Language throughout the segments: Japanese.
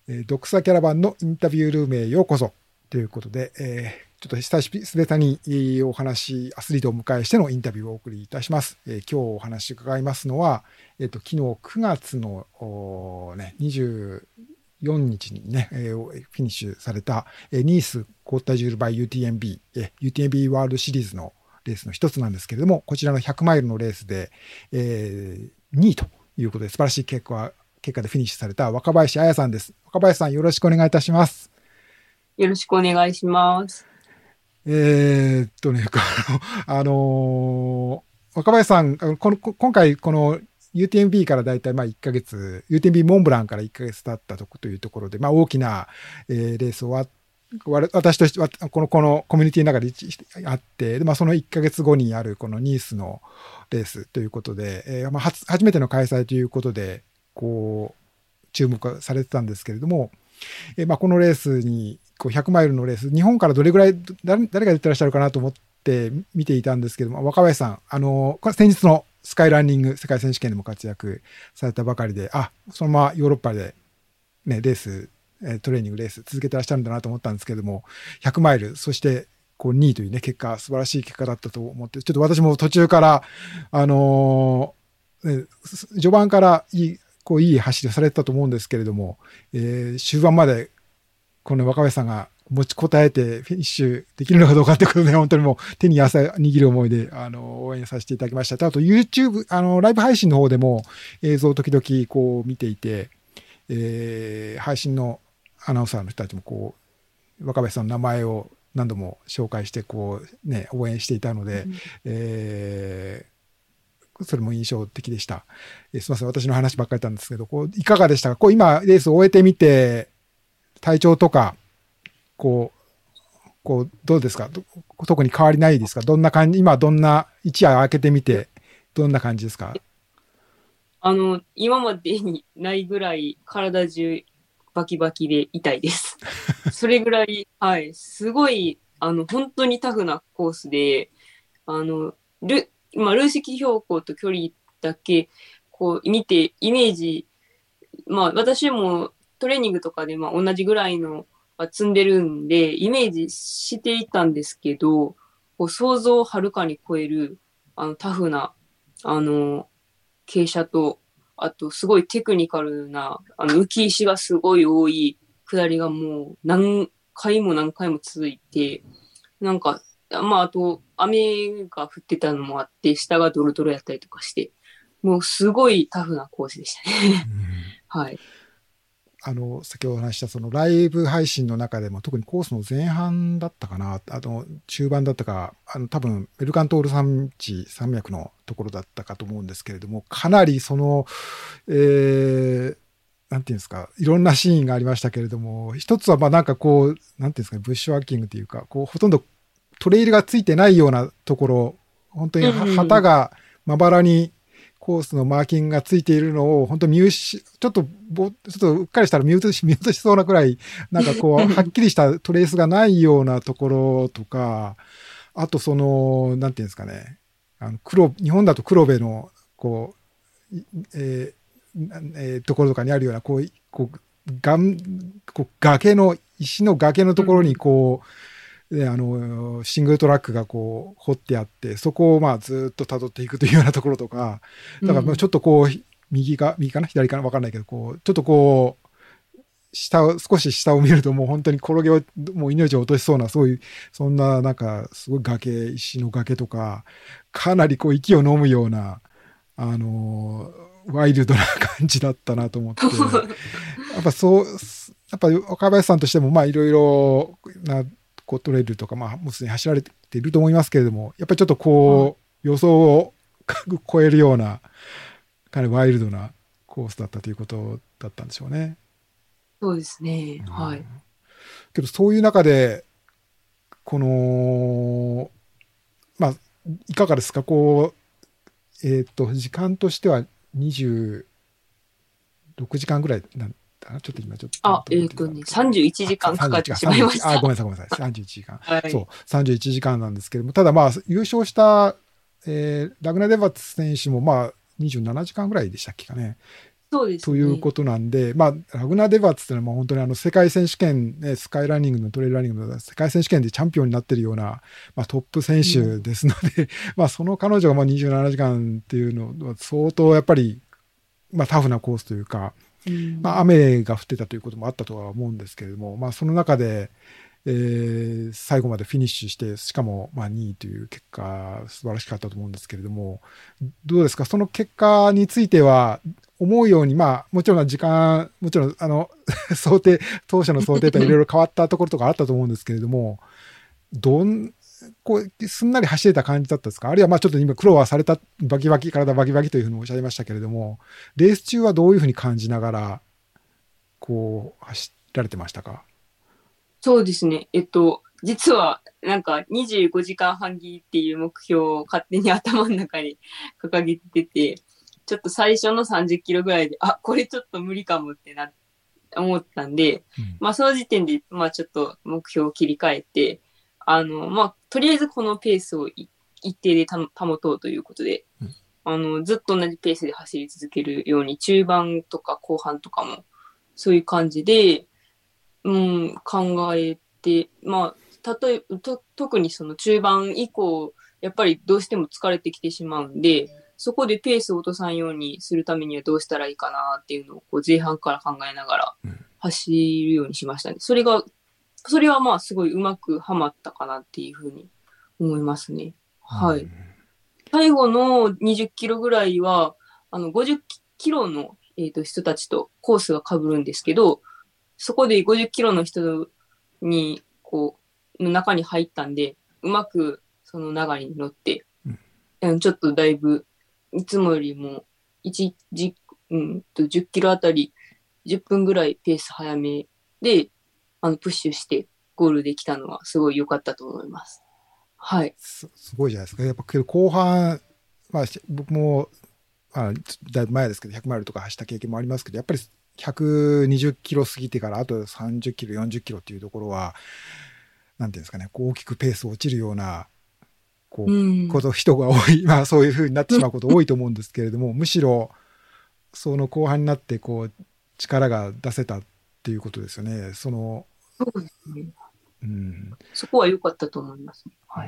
ドクサキャラバンのインタビュールームへようこそということで、ちょっと久しぶりにお話、アスリートをお迎えしてのインタビューをお送りいたします。今日お話伺いますのは、昨日9月の、24日にね、フィニッシュされた、ニースコータジュールバイ UTMB ワールドシリーズのレースの一つなんですけれども、こちらの100マイルのレースで、2位ということで素晴らしい結果でフィニッシュされた若林彩さんです。若林さん、よろしくお願いいたします。 よろしくお願いします。 若林さん、今回この UTMB からだいたい1ヶ月、UTMB モンブランから1ヶ月経ったというところで、大きな、レースを私としてはこのコミュニティの中であって、その1ヶ月後にあるこのニースのレースということで、初めての開催ということで、注目されてたんですけれども、このレースに、100マイルのレース、日本からどれぐらい、誰が出てらっしゃるかなと思って見ていたんですけども、若林さん、先日のスカイランニング世界選手権でも活躍されたばかりで、そのままヨーロッパで、ね、レース、トレーニングレース続けてらっしゃるんだなと思ったんですけども、100マイル、そして2位というね、結果、素晴らしい結果だったと思って、ちょっと私も途中から、序盤からいい走りをされてたと思うんですけれども、終盤まで、この若林さんが持ちこたえてフィニッシュできるのかどうかってことで、本当にもう手に汗握る思いで、応援させていただきました。あと YouTube、ライブ配信の方でも映像を時々見ていて、配信のアナウンサーの人たちも若林さんの名前を何度も紹介して応援していたので、それも印象的でした。すみません、私の話ばっかりなんですけど、いかがでしたか？今レースを終えてみて、体調とか、どうですか？特に変わりないですか？どんな感じ、今どんな、一夜明けてみて、どんな感じですか？ 今までにないぐらい体中バキバキで痛いです。それぐらい、はい、すごい、本当にタフなコースで、ルー式標高と距離だけ、見て、イメージ、私もトレーニングとかで、同じぐらいの積んでるんで、イメージしていたんですけど、想像をはるかに超える、タフな、傾斜と、あと、すごいテクニカルな、浮き石がすごい多い下りがもう何回も何回も続いて、なんか、あと、雨が降ってたのもあって、下がドロドロやったりとかして、もうすごいタフなコースでしたね。はい。 先ほどお話したそのライブ配信の中でも特にコースの前半だったかな、中盤だったか、多分メルカントール山地山脈のところだったかと思うんですけれども、かなりなんていうんですか、いろんなシーンがありましたけれども、一つはなんていうんですかね、ブッシュワーキングというか、ほとんどトレイルがついてないようなところ、本当に旗がまばらにコースのマーキングがついているのを、本当ちょっとうっかりしたら見落としそうなくらい、はっきりしたトレースがないようなところとか、あとなんていうんですかね、日本だと黒部の、ところとかにあるような、石の崖のところにシングルトラックが掘ってあって、そこをずっと辿っていくというようなところとか、だからちょっと右かな左かなわかんないけど、ちょっと少し下を見るともう本当にもう命を落としそうな、そんなすごい石の崖とか、かなり息を飲むような、ワイルドな感じだったなと思って、やっぱ若林さんとしてもいろいろなトレイルとかもうすでに走られていると思いますけれども、やっぱりちょっと予想を超えるようなかなりワイルドなコースだったということだったんでしょうね。 そうですね。はい。 けどそういう中でこのいかがですか？時間としては26時間ぐらいなんだな。ちょっと今 31時間かかってしまいました。 ごめんなさい。31時間。 はい。 そう、31時間なんですけども、ただ優勝した、ラグナ・デバッツ選手も27時間ぐらいでしたっけかね。 そうですというね。 ことなんで、まあ、ラグナー・デバーツっていうのは本当に世界選手権、ね、スカイランニングのトレイルランニングの世界選手権でチャンピオンになっているような、まあ、トップ選手ですので、まあ、その彼女がまあ27時間っていうのは相当やっぱり、まあ、タフなコースというか、まあ、雨が降ってたということもあったとは思うんですけれども、まあ、その中で、最後までフィニッシュして、しかもまあ2位という結果、素晴らしかったと思うんですけれども、どうですか、その結果については、思うように、まあ、もちろん時間、もちろん、想定、当初の想定とはいろいろ変わったところとかあったと思うんですけれども、どん、こう、すんなり走れた感じだったですか？あるいは、まあ、ちょっと今苦労はされた、バキバキ、体バキバキというふうにおっしゃいましたけれども、レース中はどういうふうに感じながら、こう、走られてましたか？ そうですね。実は、なんか25時間半切りっていう目標を勝手に頭の中に掲げてて、ちょっと最初の30キロぐらいで、あ、これちょっと無理かもって思ったんで、 うん。 まあその時点で、まあちょっと目標を切り替えて、まあとりあえずこのペースを一定で保とうということで、 うん。 ずっと同じペースで走り続けるように、中盤とか後半とかも、そういう感じで、考えて、まあ、特にその中盤以降、やっぱりどうしても疲れてきてしまうんで、そこでペースを落とさんようにするためにはどうしたらいいかなっていうのをこう前半から考えながらうん。 走るようにしましたね。それはまあすごいうまくはまったかなっていうふうに思いますね。 うん。 はい。最後の20キロぐらいは、50キロの、人たちとコースが被るんですけど、そこで50キロの人に、の中に入ったんで、うまくその流れに乗って、ちょっとだいぶ、いつもよりも、1時、10キロあたり10分ぐらいペース早めで、プッシュしてゴールできたのはすごい良かったと思います。はい。 すごいじゃないですか。やっぱけど後半、まあ、僕も、まあ、だいぶ前ですけど、100マイルとか走った経験もありますけど、やっぱり120キロ過ぎてから、あと30キロ、40キロっていうところは、なんていうんですかね、こう大きくペース落ちるような、こうう、 ん。 人が多い、まあそういうふうになってしまうこと多いと思うんですけれども、むしろ、その後半になって、こう、力が出せたっていうことですよね。 そうですね。 うん。 そこは良かったと思いますね。はい。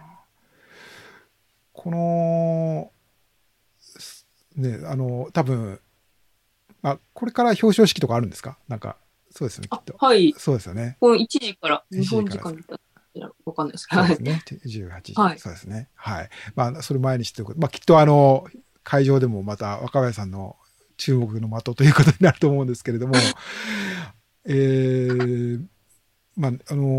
この、ね、多分、これから表彰式とかあるんですか？なんか、そうですよね、きっあ、 と。 はい。 そうですよね。 この1時から、日 1時本からです。 時間だったらわかんないですけど、はい。 そうですね。18時。 はい。 そうですね。はい。まあ、それ前にしておく。まあ、きっと会場でもまた若林さんの注目の的ということになると思うんですけれども、えまあ、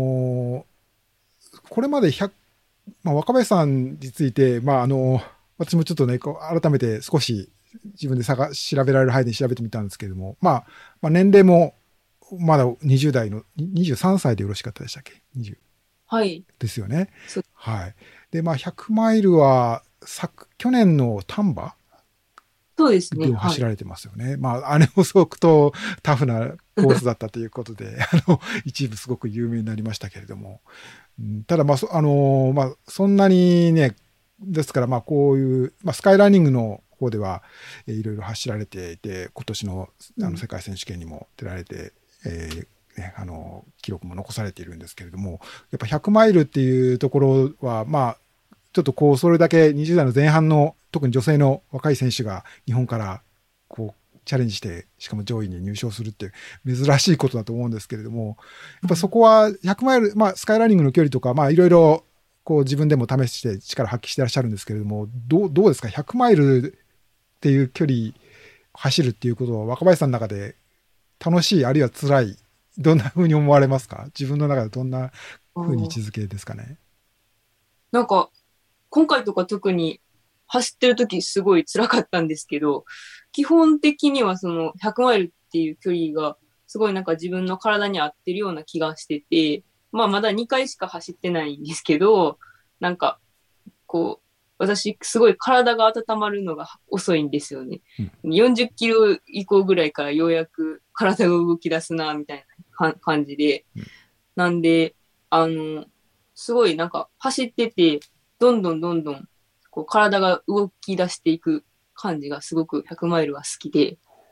これまでまあ、若林さんについて、まあ、私もちょっとね、こう改めて少し自分で調べられる範囲で調べてみたんですけれども、まあ、年齢もまだ20代の、23歳でよろしかったでしたっけ？ 20 はい。 ですよね。 そう、 はい。で、まあ、100マイルは、去年の丹波そうですね。 でもはい。 走られてますよね。まあ、あれも相当タフなコースだったということで、一部すごく有名になりましたけれども。ただ、まあ、まあ、そんなにね、ですから、まあ、こういう、まあ、スカイランニングの方では、いろいろ走られていて、今年の、 うん。 世界選手権にも出られて、ね、記録も残されているんですけれども、やっぱ100マイルっていうところは、まあ、ちょっとこう、それだけ20代の前半の、特に女性の若い選手が日本からこう、チャレンジして、しかも上位に入賞するっていう珍しいことだと思うんですけれども、やっぱそこは100マイル、まあ、スカイランニングの距離とか、まあ、いろいろ、こう、自分でも試して力発揮してらっしゃるんですけれども、どうですか？ 100 マイルっていう距離走るっていうことは、若林さんの中で楽しい、あるいは辛い、どんな風に思われますか？自分の中でどんな風に位置づけですかね？ なんか、今回とか特に走ってる時すごい辛かったんですけど、基本的にはその100マイルっていう距離がすごいなんか自分の体に合ってるような気がしてて、まあまだ2回しか走ってないんですけど、なんかこう、私すごい体が温まるのが遅いんですよね。 うん。 40キロ以降ぐらいからようやく体が動き出すな、みたいな感じで。 うん。 なんで、すごいなんか走ってて、どんどん、こう体が動き出していく感じがすごく100マイルは好きで、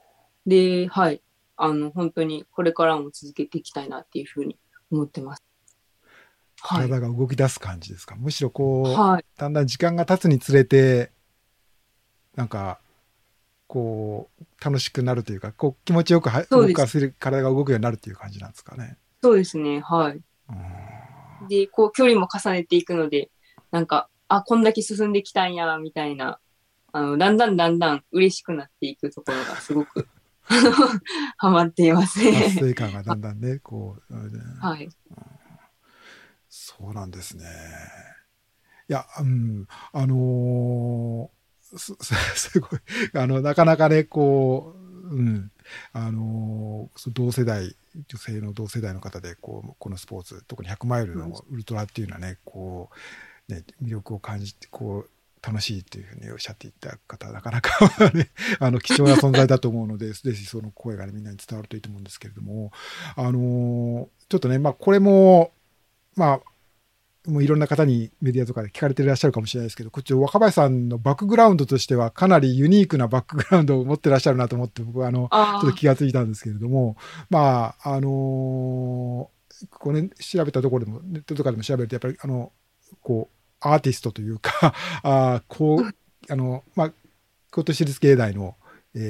で、はい。本当にこれからも続けていきたいなっていうふうに思ってます。はい。 体が動き出す感じですか？むしろこう、 はい。 だんだん時間が経つにつれて、なんか、こう、楽しくなるというか、こう、気持ちよくそうです。 動かせる、体が動くようになるっていう感じなんですかね。 そうですね。はい。 うん。 で、こう、距離も重ねていくので、なんか、あ、こんだけ進んできたんや、みたいな、だんだん嬉しくなっていくところがすごくハマっています達ね。 成感がだんだんね、こう、 はい。 そうなんですね。いや、うん、あのすごい、なかなかね、こう、うん、同世代、女性の同世代の方で、こう、このスポーツ、特に100マイルそうです。 のウルトラっていうのはね、こう、ね、魅力を感じて、こう、楽しいっていうふうにおっしゃっていた方、なかなかね、貴重な存在だと思うので、ぜひその声が、ね、みんなに伝わるといいと思うんですけれども、ちょっとね、まあ、これも、まあ、もういろんな方にメディアとかで聞かれていらっしゃるかもしれないですけど、こっち若林さんのバックグラウンドとしてはかなりユニークなバックグラウンドを持ってらっしゃるなと思って、僕はちょっとあ気がついたんですけれども、まあ、これ調べたところでも、ネットとかでも調べると、やっぱりこう、アーティストというか、こあ、 う、まあ、今年立芸大の、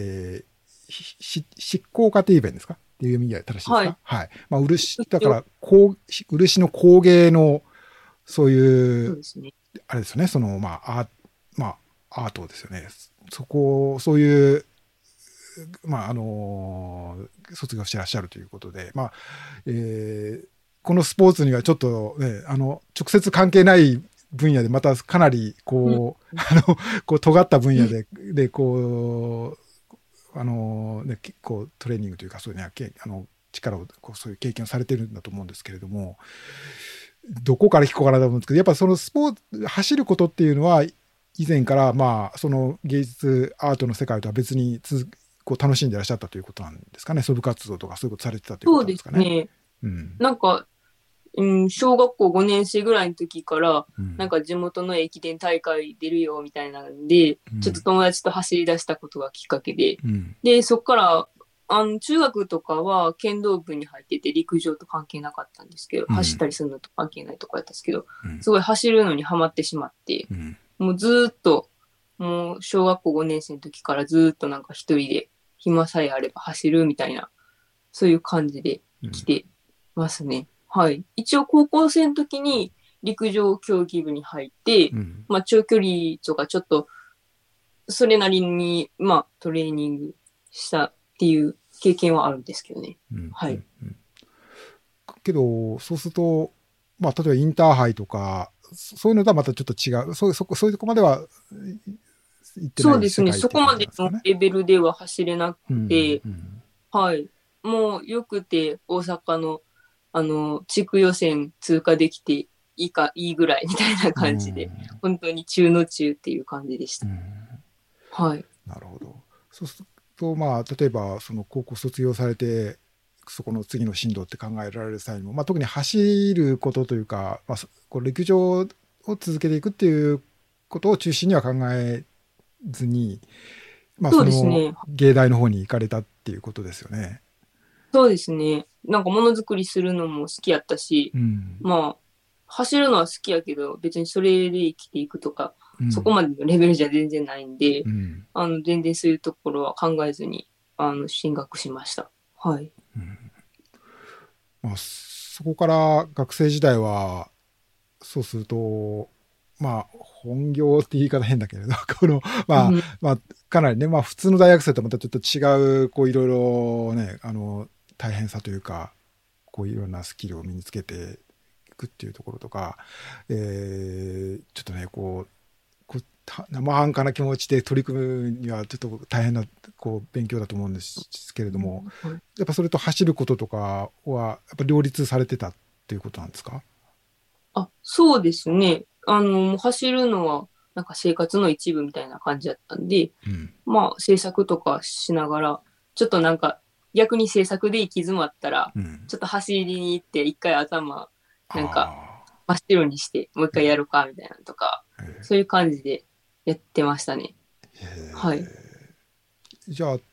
執行家という弁ですかっていう意味で正しいですはい。 か？はい。まあ、漆、だ一応、 から、漆の工芸の、そういう、 そうですね。 あれですよね、まあ、アートですよね。そういう、まあ、卒業してらっしゃるということで、まあ、このスポーツにはちょっとね、直接関係ない分野で、またかなり、 うん。 こう、こう、尖った分野で、こう、ね、結構トレーニングというか、そういうね、力を、こう、そういう経験をされてるんだと思うんですけれども、どこから聞こうかなと思うんですけど、やっぱそのスポーツ、走ることっていうのは、以前から、まあ、その芸術、アートの世界とは別にこう楽しんでいらっしゃったということなんですかね。ソ部活動とかそういうことされてたというこそうでとなんですかね。 すね。 うん。 なんか、小学校5年生ぐらいの時から、 うん。 なんか地元の駅伝大会出るよみたいなんで、ちょっとうん。 友達と走り出したことがきっかけで、 うん。 で、そっから、中学とかは剣道部に入ってて陸上と関係なかったんですけど、 うん。 走ったりするのと関係ないとかやったんですけど、 うん。 すごい走るのにハマってしまって、 うん。 もうずーっと、もう小学校5年生の時からずーっとなんか一人で暇さえあれば走るみたいな、そういう感じでうん。 生きてますね。はい。一応高校生の時に陸上競技部に入って、 うん。 まあ長距離とかちょっとそれなりに、まあトレーニングしたっていう経験はあるんですけどね。 うん。 はい。 うん。けど、そうすると、まあ、例えばインターハイとか、そういうのとはまたちょっと違う、そういうとこまでは行ってないそうですね。 世界っていう感そこまじなんですかね。 でのレベルでは走れなくうん。 て、 うん。 はい。もうよくて大阪の地区予選通過できていいかいいぐらいみたいなう感じで、 ん。 本当に中の中っていう感じでした。 うん。 はい。 なるほど。そうすると、まあ、例えば、その高校卒業されて、そこの次の進路って考えられる際にも、まあ、特に走ることというか、まあ、こう陸上を続けていくっていうことを中心には考えずに、まあ、 そうそのですね。 芸大の方に行かれたっていうことですよね。 そうですね。なんかものづくりするのも好きやったし、 うん。 まあ、走るのは好きやけど、別にそれで生きていくとか、そこうん。 までのレベルじゃ全然ないんで、 うん。 全然そういうところは考えずに、進学しました。はい。 うん。まあ、そこから学生時代は、そうすると、まあ、本業って言い方変だけれど、まあ、 うん、 まあ、かなりね、まあ、普通の大学生とまたちょっと違う、こう、いろいろね、大変さというか、こう、いろんなスキルを身につけていくっていうところとか、ちょっとね、生半可な気持ちで取り組むには、ちょっと大変な、こう、勉強だと思うんですけれども、 はい。 やっぱそれと走ることとかは、やっぱ両立されてたっていうことなんですか？ あ、そうですね。走るのは、なんか生活の一部みたいな感じだったんで、 うん。 まあ、制作とかしながら、ちょっとなんか、逆に制作で行き詰まったら、 うん。 ちょっと走りに行って、一回頭、なんか、 ああ。 真っ白にして、もう一回やるか、みたいなのとか、 えそういう感じでやってましたね。はい。 じゃあ、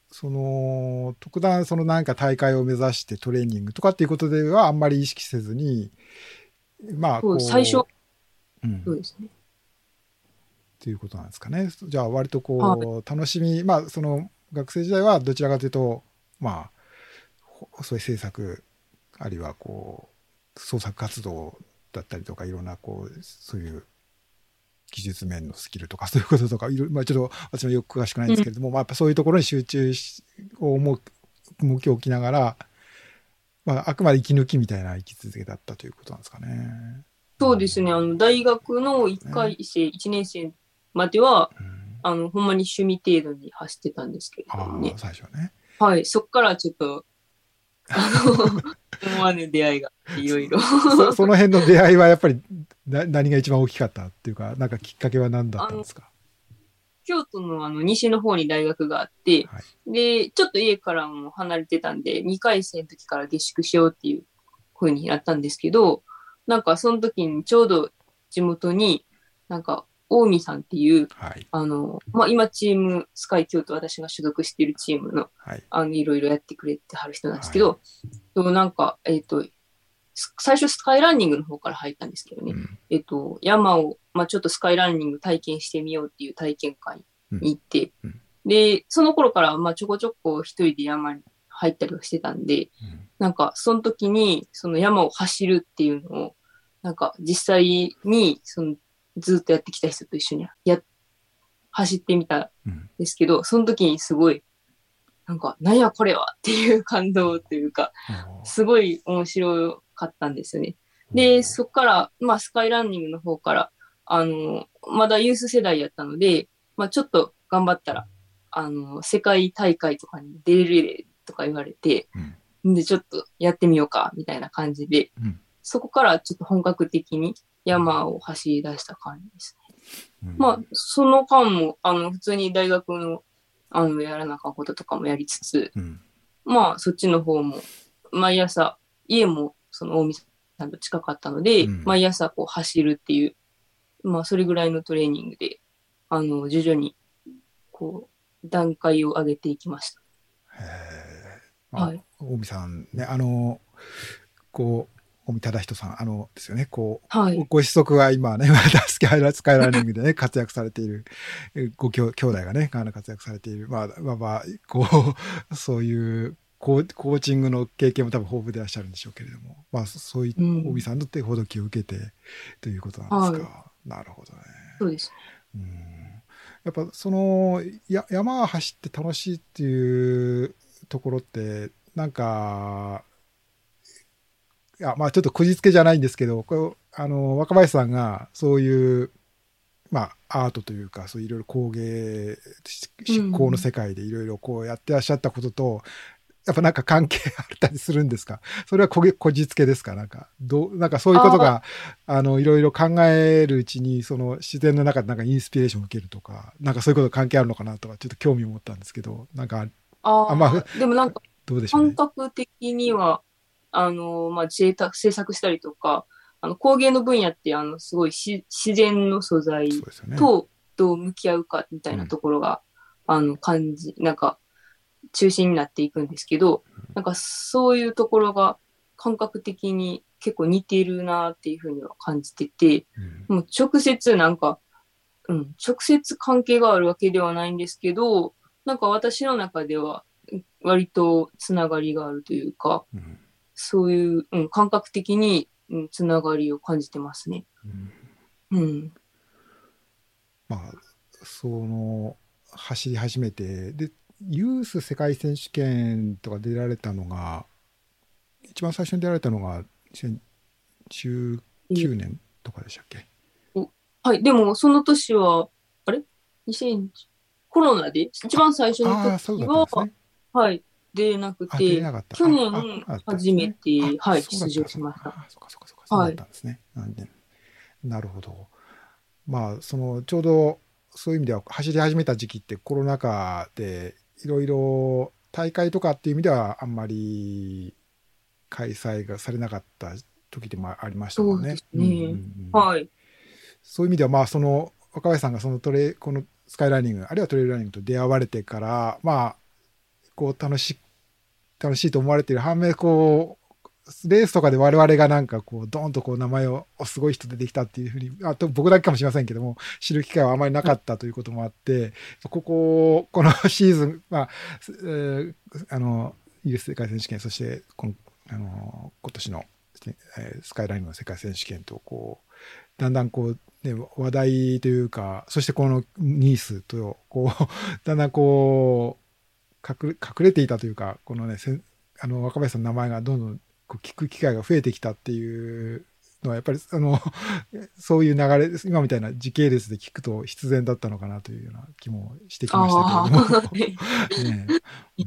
その、特段そのなんか大会を目指してトレーニングとかっていうことではあんまり意識せずに、まあ、 そう最初、 こう、うん、っそうですね。 ていうことなんですかね。じゃあ、割とはい。 こう、楽しみ、まあ、その、学生時代はどちらかというと、まあ、そういう制作、あるいはこう、創作活動だったりとか、いろんなこう、そういう技術面のスキルとかそういうこととか、まあ、ちょっと私もよく詳しくないんうん、 ですけれども、まあ、やっぱそういうところに集中しを向きを置きながら、まあ、あくまで息抜きみたいな位置づけだったということなんですかね。うん、 そうですね。大学の1 ね、 回生、1年生までは、 うん、 ほんまに趣味程度に走ってたんですけれどもああ、 ね。 最初はね。 はい。そっからちょっと、思わぬ出会いがあっていろいろ。 その辺の出会いはやっぱり何が一番大きかったっていうか、なんかきっかけは何だっあの、 たんですか？ 京都の西の方に大学があって、 はい。 で、ちょっと家からも離れてたんで、2回生の時から下宿しようっていう風になったんですけど、なんかその時にちょうど地元に、なんか、近江さんっていう、 はい。 まあ、今チーム、スカイ京都私が所属しているチームの、 はい。 いろいろやってくれてはる人なんですはい。 けど、なんか、最初スカイランニングの方から入ったんですけどね、 うん。 山を、まあ、ちょっとスカイランニング体験してみようっていう体験会うん。 に行って、 うん。 で、その頃から、まあ、ちょこちょこ一人で山に入ったりはしてたんで、 うん。 なんか、その時に、その山を走るっていうのを、なんか、実際に、ずっとやってきた人と一緒に走ってみたんうん。 ですけど、その時にすごい、なんか、なんやこれはっていう感動というか、 おー、 すごい面白かったんですよね。 おで、 ー、 そこから、まあ、スカイランニングの方から、まだユース世代やったので、まあ、ちょっと頑張ったら、世界大会とかに出れるとか言われて、 うん。 で、ちょっとやってみようか、みたいな感じで、 うん。 そこからちょっと本格的に山を走り出した感じですね。 うん。 まあ、その間も、普通に大学の、やらなあかんこととかもやりつつ、 うん。 まあ、そっちの方も、毎朝、家も、その、大見さんと近かったので、 うん。 毎朝、こう、走るっていう、まあ、それぐらいのトレーニングで、徐々に、こう、段階を上げていきましへえ。 た。 まあ、 はい。 近江さんね、こう、近江忠人さん、ですよね、こう、 はい。 ご子息が今ね、またスカイランニングでね、活躍されている、兄弟がね、活躍されている、こう、そういう、コーチングの経験も多分豊富でいらっしゃるんでしょうけれども、まあ、そういう、 うん。 近江さんの手ほどきを受けてということなんですはい。 か。なるほどね。 そうですね。 うん、やっぱその山を走って楽しいっていうところってなんか、いやまあちょっとこじつけじゃないんですけど、若林さんがそういうまあアートというかそういういろいろ工芸う執行のん。 世界でいろいろこうやってらっしゃったこととやっぱなんか関係あったりするんですか？それはこじつけですか？なんかそういうことああ、 が、いろいろ考えるうちに、その自然の中でなんかインスピレーションを受けるとか、なんかそういうこと関係あるのかなとか、ちょっと興味を持ったんですけど、なんか、まあ、 でもなんか、 どうでしょう感ね。 覚的には、まあ、制作したりとか、工芸の分野って、すごい自然の素材そうですよね。 とどう向き合うかみたいなうん。 ところが、なんか、中心になっていくんですけど、なんか、そういうところが感覚的に結構似ているなっていうふうには感じてて、 うん。 もう直接なんか、直接関係があるわけではないんですけど、なんか私の中では割とつながりがあるというか、 うん。 そういう、感覚的に、つながりを感じてますね。 うん、 うん。 まあ、走り始めて、で、ユース世界選手権とか出られたのが、一番最初に出られたのが2019 え年とかでしたっけ？ はい。でも、その年は、あれ ?2000、コロナで一番最初のそうだ時は、 ったんですね。 はい、出なく出れて、 なかった。 去年コロナだったんで初すね。 めて、はい、 そうだ出ったんですね。 場しました。 そうかそうかそうか。そうだっはい。 たんですね。なるほど。まあ、ちょうど、そういう意味では、走り始めた時期ってコロナ禍で、いろいろ大会とかっていう意味では、あんまり開催がされなかった時でもありましたもんね。 そうですうんうんうね。 ん。 はい。 そういう意味では、まあ、若林さんがこのスカイランニング、あるいはトレイルランニングと出会われてから、まあ、 こう楽しいと思われている反面、こう、レースとかで我々がなんかこう、ドーンとこう名前を、すごい人出てきたっていうふうに、あと僕だけかもしれませんけども、知る機会はあまりなかったということもあって、このシーズン、まあ、イギリス世界選手権、そして今年の、スカイラインの世界選手権と、こう、だんだんこう、ね、話題というか、そしてこのニースと、こう、だんだんこう、隠れていたというか、このね、若林さんの名前がどんどんこう聞く機会が増えてきたっていうのは、やっぱり、そういう流れです。今みたいな時系列で聞くと必然だったのかなというような気もしてきましたけれども。ねえ、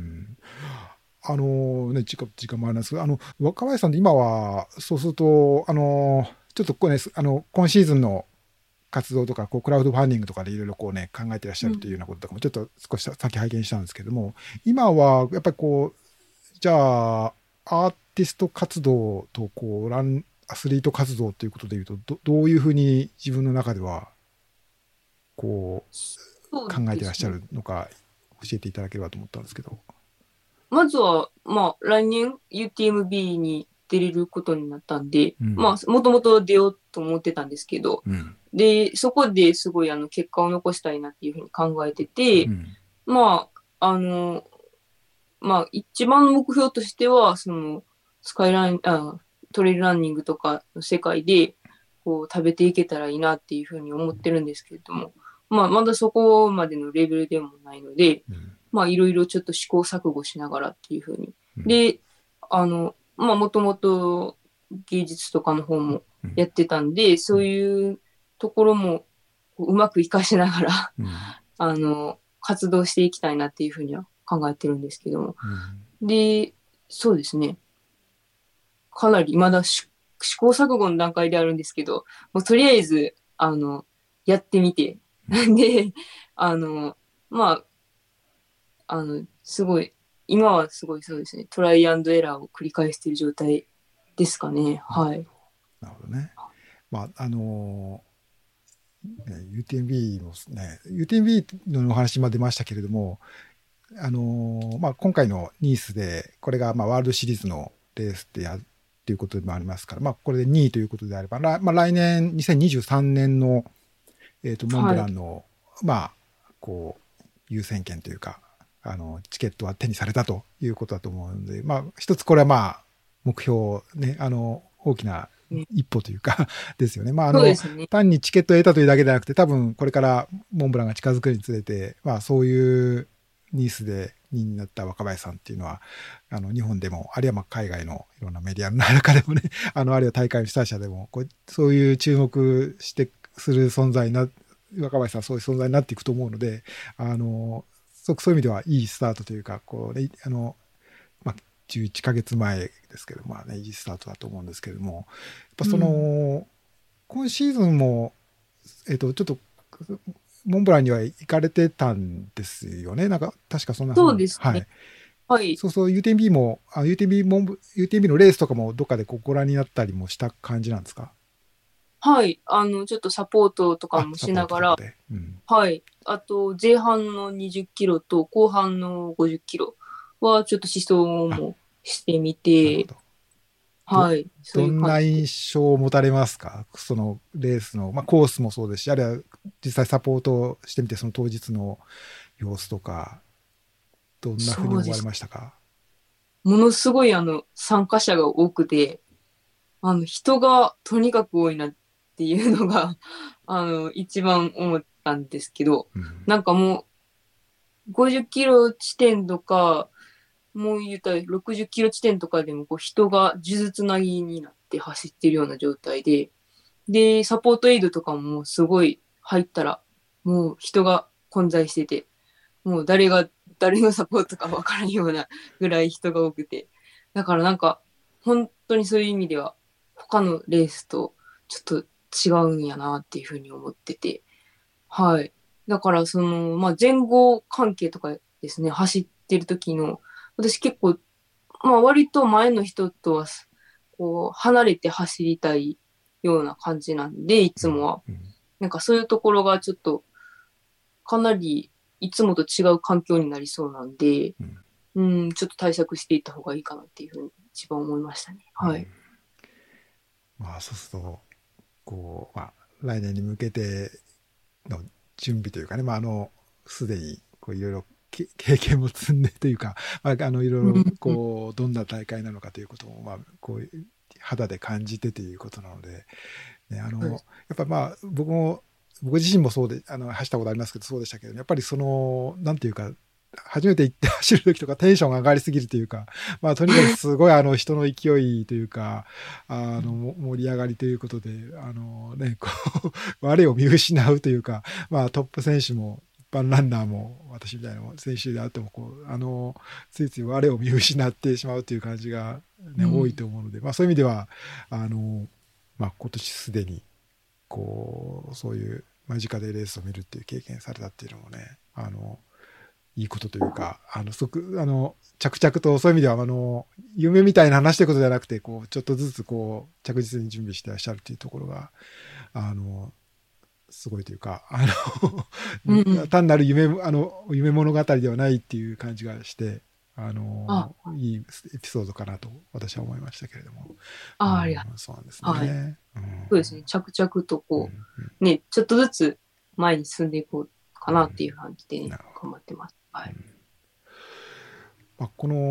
時間もあるんですけど、若林さんって今は、そうすると、ちょっとこうね、今シーズンの活動とか、こう、クラウドファンディングとかでいろいろこうね、考えてらっしゃるというようなこととかも、ちょっと少し先拝見したんですけども、今は、やっぱりこう、じゃあ、アーティスト活動と、こう、アスリート活動ということでいうと、どういうふうに自分の中では、こう、 そう考えてらっしゃですね。 るのか、教えていただければと思ったんですけど。 まずは、まあ、来年 UTMB に出れることになったんで、 うん。 まあ、もともと出ようと思ってたんですけど、 うん。 で、そこですごい結果を残したいなっていうふうに考えてて、 うん。 まあ、まあ、一番目標としては、スカイライン、トレイルランニングとかの世界で、こう、食べていけたらいいなっていうふうに思ってるんですけれども、まあ、まだそこまでのレベルでもないので、 うん。 まあ、いろいろちょっと試行錯誤しながらっていうふうに。 うん。 で、まあ、もともと芸術とかの方もうん。 やってたんで、そういうところもこううまく活かしながら、 うん。 活動していきたいなっていうふうには考えてるんですけども。 うん。 で、そうですね。かなりまだ試行錯誤の段階であるんですけど、もうとりあえず、やってみて。なんで、あの、ますごい、今はすごいそうですね、トライアンドエラーを繰り返している状態ですかね。はい。 なるほどね。まあ、UTMB のね、UTMB のお話まで出ましたけれども、まあ、今回のニースで、これがまあワールドシリーズのレースでやるっていうことでもありますから、まあ、これで2位ということであれば、まあ、来年、2023年の、モンブはい。 ランの、まあ、こう、優先権というか、チケットは手にされたということだと思うので、まあ、一つこれはまあ、目標、ね、大きなね、 一歩というかですよね。まあ、 そうですね。 単にチケットを得たというだけではなくて、多分これからモンブランが近づくにつれて、まあ、そういうニースで2位になった若林さんっていうのは、日本でも、あるいはまあ海外のいろんなメディアの中でもね、あるいは大会の主催者でも、そういう注目する存在な、若林さんそういう存在になっていくと思うので、そういう意味ではいいスタートというか、こうね、まあ、11ヶ月前ですけど、まあね、いいスタートだと思うんですけれども、やっぱうん。 今シーズンも、ちょっと、モンブランには行かれてたんですよね。なんか、確かそんな風そうに。 ですね。 はい。 はい。 そうそう、UTMB も、UTMB のレースとかもどっかでご覧になったりもした感じなんですか？ はい。ちょっとサポートとかあ、 もサポーしながら、 トとかで。うん。 はい。あと、前半の20キロと後半の50キロは、ちょっと思想あ、 もしてみて、 なるほど。ど、 はい。そういうどんな感じで。 印象を持たれますか？そのレースの、まあ、コースもそうですし、あるいは実際サポートしてみて、その当日の様子とか、どんなふうに思われそうです。 ましたか？ ものすごい参加者が多くて、人がとにかく多いなっていうのが、一番思ったんですけど、 うん。 なんかもう50キロ地点とか、もう言ったら60キロ地点とかでもこう人が数珠つなぎになって走ってるような状態で、で、サポートエイドとかももうすごい入ったら、もう人が混在してて、もう誰のサポートかわからんようなぐらい人が多くて。だからなんか、本当にそういう意味では、他のレースとちょっと違うんやなっていうふうに思ってて。はい。だからまあ、前後関係とかですね、走ってる時の、私結構、まあ割と前の人とは、こう、離れて走りたいような感じなんで、いうん。 つもは。 うん。 なんかそういうところがちょっとかなりいつもと違う環境になりそうなんで、 うん。 ちょっと対策していった方がいいかなっていうふうに一番思いましたね。はい。 まあ、そうすると、こう、まあ、来年に向けての準備というかね、まあ、すでに、こう、いろいろ経験も積んでというか、まあ、いろいろ、こう、どんな大会なのかということも、まあ、こう、肌で感じてということなので、ね、 はい。 やっぱまあ、僕自身もそうで、走ったことありますけど、そうでしたけど、やっぱりなんていうか、初めて行って走る時とかテンションが上がりすぎるというか、まあとにかくすごい人の勢いというか、盛り上がりということで、こう、我を見失うというか、まあトップ選手も、一般ランナーも、私みたいな選手であっても、こう、ついつい我を見失ってしまうという感じがね、多いと思うので、まあそういう意味では、まあ今年すでに、こう、そういう間近でレースを見るっていう経験されたっていうのもね、いいことというか、着々とそういう意味では、夢みたいな話ということではなくて、こう、ちょっとずつこう、着実に準備してらっしゃるっていうところが、あの、すごいというか、 うん。 単なる夢物語ではないっていう感じがして、 あ、 いいエピソードかなと私は思いましたけれども。 ありがとそうなんですう。はい。 ね。 そうですね。着々とこうんう、ね、ちょっとずつ前に進んでいこうかなってうんいう感じでね、 なるほ頑張ってます。はい。 ど。まあ、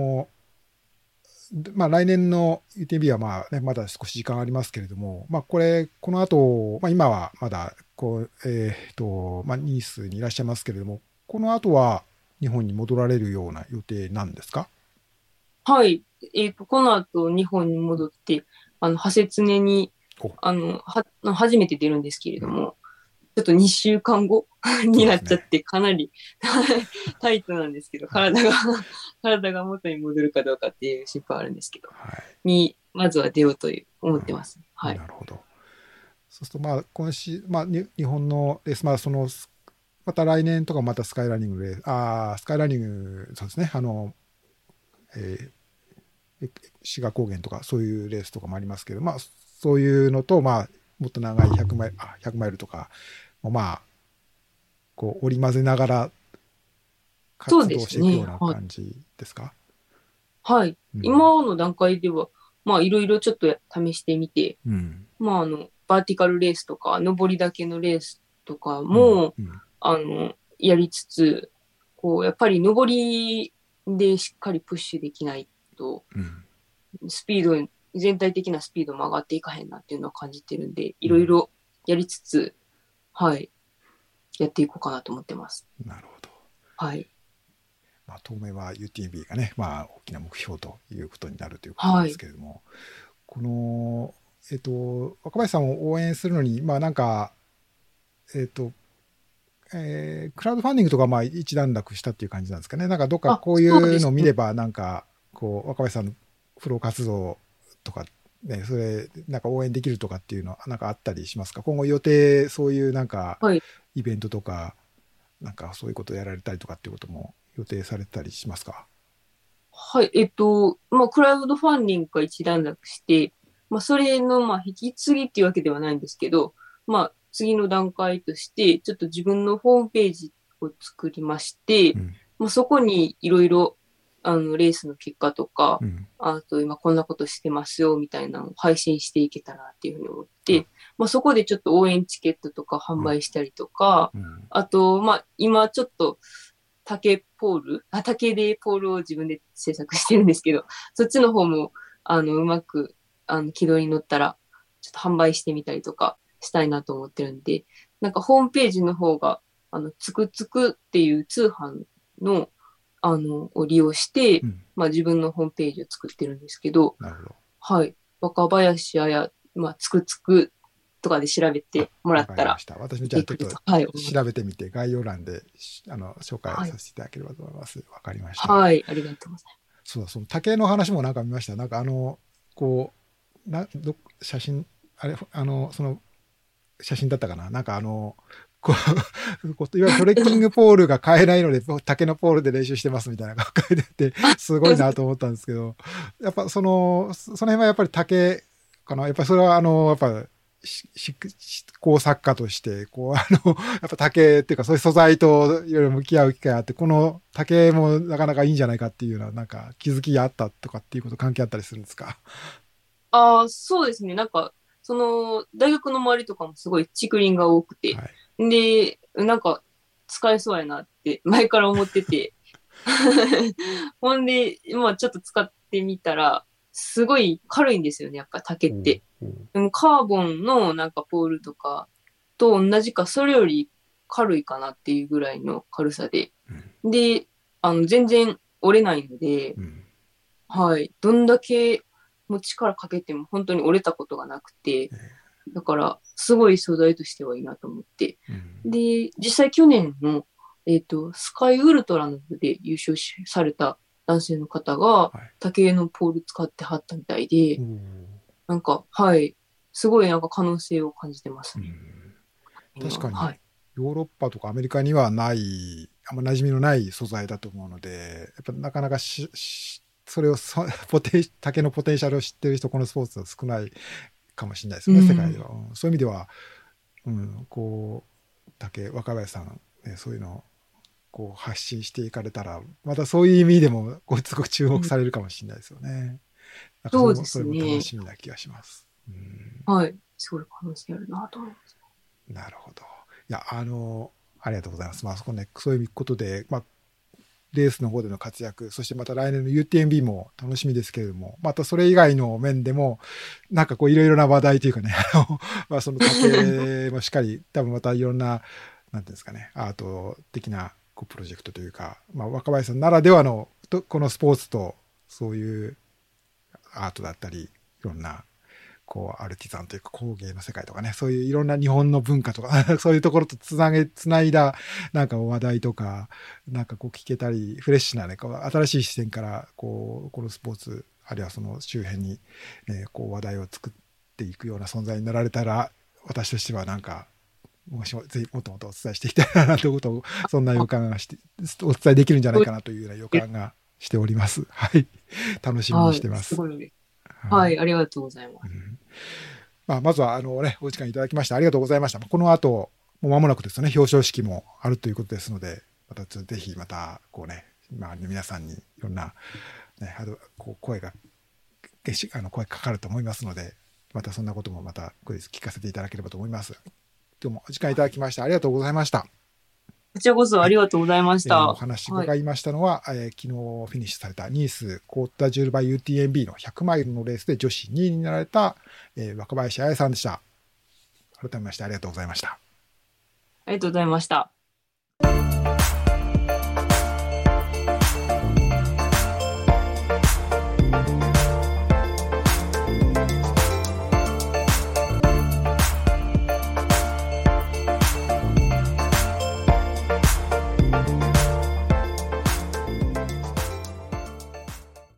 まあ、来年の UTMB はまあ、ね、まだ少し時間ありますけれども、まあ、この後、まあ、今はまだこう、まあ、ニースにいらっしゃいますけれども、この後は日本に戻られるような予定なんですか？ はい。この後日本に戻って、ハセツネに、 お、 初めて出るんですけれうん、 ども、ちょっと2週間後にそうですね。 なっちゃって、かなりタイトなんですけど、 はい。 体が元に戻るかどうかっていう心配あるんですけど、 はまずは出ようと思ってます。 い。 はい。 なるほど。そうすると、まあ、まあ、日本のレース、まあ、また来年とかまたスカイランニングレース、スカイランニング、そうですね、え志賀高原とかそういうレースとかもありますけど、まあ、そういうのと、まあ、もっと長い100マイルとかも、まあ、こう織り交ぜながらそう活動していくようですね。はい。 な感じですか？ はい。 うん。 今の段階では、まあ、いろいろちょっと試してみて、 うん。 まあ、バーティカルレースとか、上りだけのレースとかうん。 も、 うん。 やりつつ、こう、やっぱり上りでしっかりプッシュできないと、 うん。 スピード、全体的なスピードも上がっていかへんなっていうのを感じてるんで、いうん。 ろいろやりつつ、はい、やっていこうかなと思ってます。 なるほど。 はい。 まあ、当面は UTB がね、まあ、大きな目標ということになるということですはい。 けれども、この、若林さんを応援するのに、まあ、なんか、えっと、クラウドファンディングとかまあ一段落したっていう感じなんですかね。なんかどっかあ、 こういそうですね。 うのを見れば、なんか、こう、若林さんのプロ活動とか、ね、それ、なんか応援できるとかっていうのは、なんかあったりしますか？今後予定、そういうなんか、 はい。 イベントとか、なんかそういうことをやられたりとかっていうことも予定されたりしますか？ はい。まあ、クラウドファンディングが一段落して、まあ、それの、まあ、引き継ぎっていうわけではないんですけど、まあ、次の段階として、ちょっと自分のホームページを作りまして、 うん。 まあ、そこにいろいろ、レースの結果とか、 うん。 あと今こんなことしてますよ、みたいなのを配信していけたらなっていうふうに思っあ、 て、まあ、そこでちょっと応援チケットとか販うん。 売したりとか、 うん。 あと、まあ、今ちょっと、竹でポールを自分で制作してるんですけど、そっちの方も、うまく、軌道に乗ったら、ちょっと販売してみたりとかしたいなと思ってるんで、なんかホームページの方が、つくつくっていう通販の、を利用して、 うん。 まあ自分のホームページを作ってるんですけど、 なるほど。 はい。若林あや、まあ、つくつくとかで調べあ、 てもらわったらかりました。私もじゃあちょっと出てくると、はい、思います。 調べてみて、概要欄で紹介はい。 させていただければと思います。わかりました。 はい。ありがとうございそうだ、その竹の話もなんか見ました。なんかこ写真、あれ、写真だったかな。なんかこいわゆるトレッキングポールが買えないので、竹のポールで練習してますみたいなのが書いてあって、すごいなと思ったんですけど、やっぱその辺はやっぱり竹かな。やっぱりそれはやっぱ工作家として、やっぱ竹っていうかそういう素材といろいろ向き合う機会あって、この竹もなかなかいいんじゃないかっていうような、なんか気づきがあったとかっていうこと関係あったりするんですか？ ああ、そうですね。大学の周りとかもすごい竹林が多くて、 はい。 で、使えそうやなって前から思ってて、ほんで、ちょっと使ってみたら、すごい軽いんですよね、やっぱ竹っおうて。 おうでもカーボンのポールとかと同じか、それより軽いかなっていうぐらいの軽さで。で、全然折れないので、 うんうんはい。どんだけもう力かけても本当に折れたことがなくて、だから、すごい素材としてはいいなと思って。 うんで、実際去年の、スカイウルトラの部で優勝された男性の方が、 はい。 竹のポール使ってはったみたいで、 おうはい。すごい可能性を感じてますね。 うん確かに、 はい。 ヨーロッパとかアメリカにはない、あんま馴染みのない素材だと思うので、やっぱなかなかそれを竹のポテンシャルを知ってる人、このスポーツは少ないかもしれないですよね、世界では。そういう意味では、若林さん、ね、そういうのを発信していかれたら、またそういう意味でも、すごく注うん、 目されるかもしれないですよね。なんかそうでそれも楽すね。 しみな気がします。 はい。すごい可能性あるなと思います。 なるほど。いや、ありがとうございます。まあ、そこね、そういうことで、まあ、レースの方での活躍、そしてまた来年の UTMB も楽しみですけれども、またそれ以外の面でも、なんかいろいろな話題というかね、まあその竹もしっかり、多分またいろんな、なんていうんですかね、アート的なプロジェクトというか、まあ若林さんならではの、このスポーツと、そういうアートだったり、いろんなアルティザンというか工芸の世界とかね、そういういろんな日本の文化とか、そういうところとつないだ、なんか話題とか、なんか聞けたり、フレッシュなね、新しい視点から、このスポーツ、あるいはその周辺に、ね、話題を作っていくような存在になられたら、私としてはなんか、ぜひもっともっとお伝えしていきたいなということを、そんな予感がして、お伝えできるんじゃないかなというような予感がしております。はい。楽しみにはい。 してます。 すごい。 はい。 はい。ありがとうございます。 うんまあ、まずはお時間いただきましてありがとうございました。この後、もう間もなくですね、表彰式もあるということですので、またぜひまた、周りの皆さんにいろんな、ね、声が、声かかると思いますので、またそんなこともまた聞かせていただければと思います。今日もお時間いただきましてありがとうございました。 こちらこそはい。 ありがとうございました。 お話はい。 伺いましたのは、昨日フィニッシュされたニースコータジュールバイ UTMB の100マイルのレースで女子2位になられた、若林彩さんでした。改めましてありがとうございました。 ありがとうございました。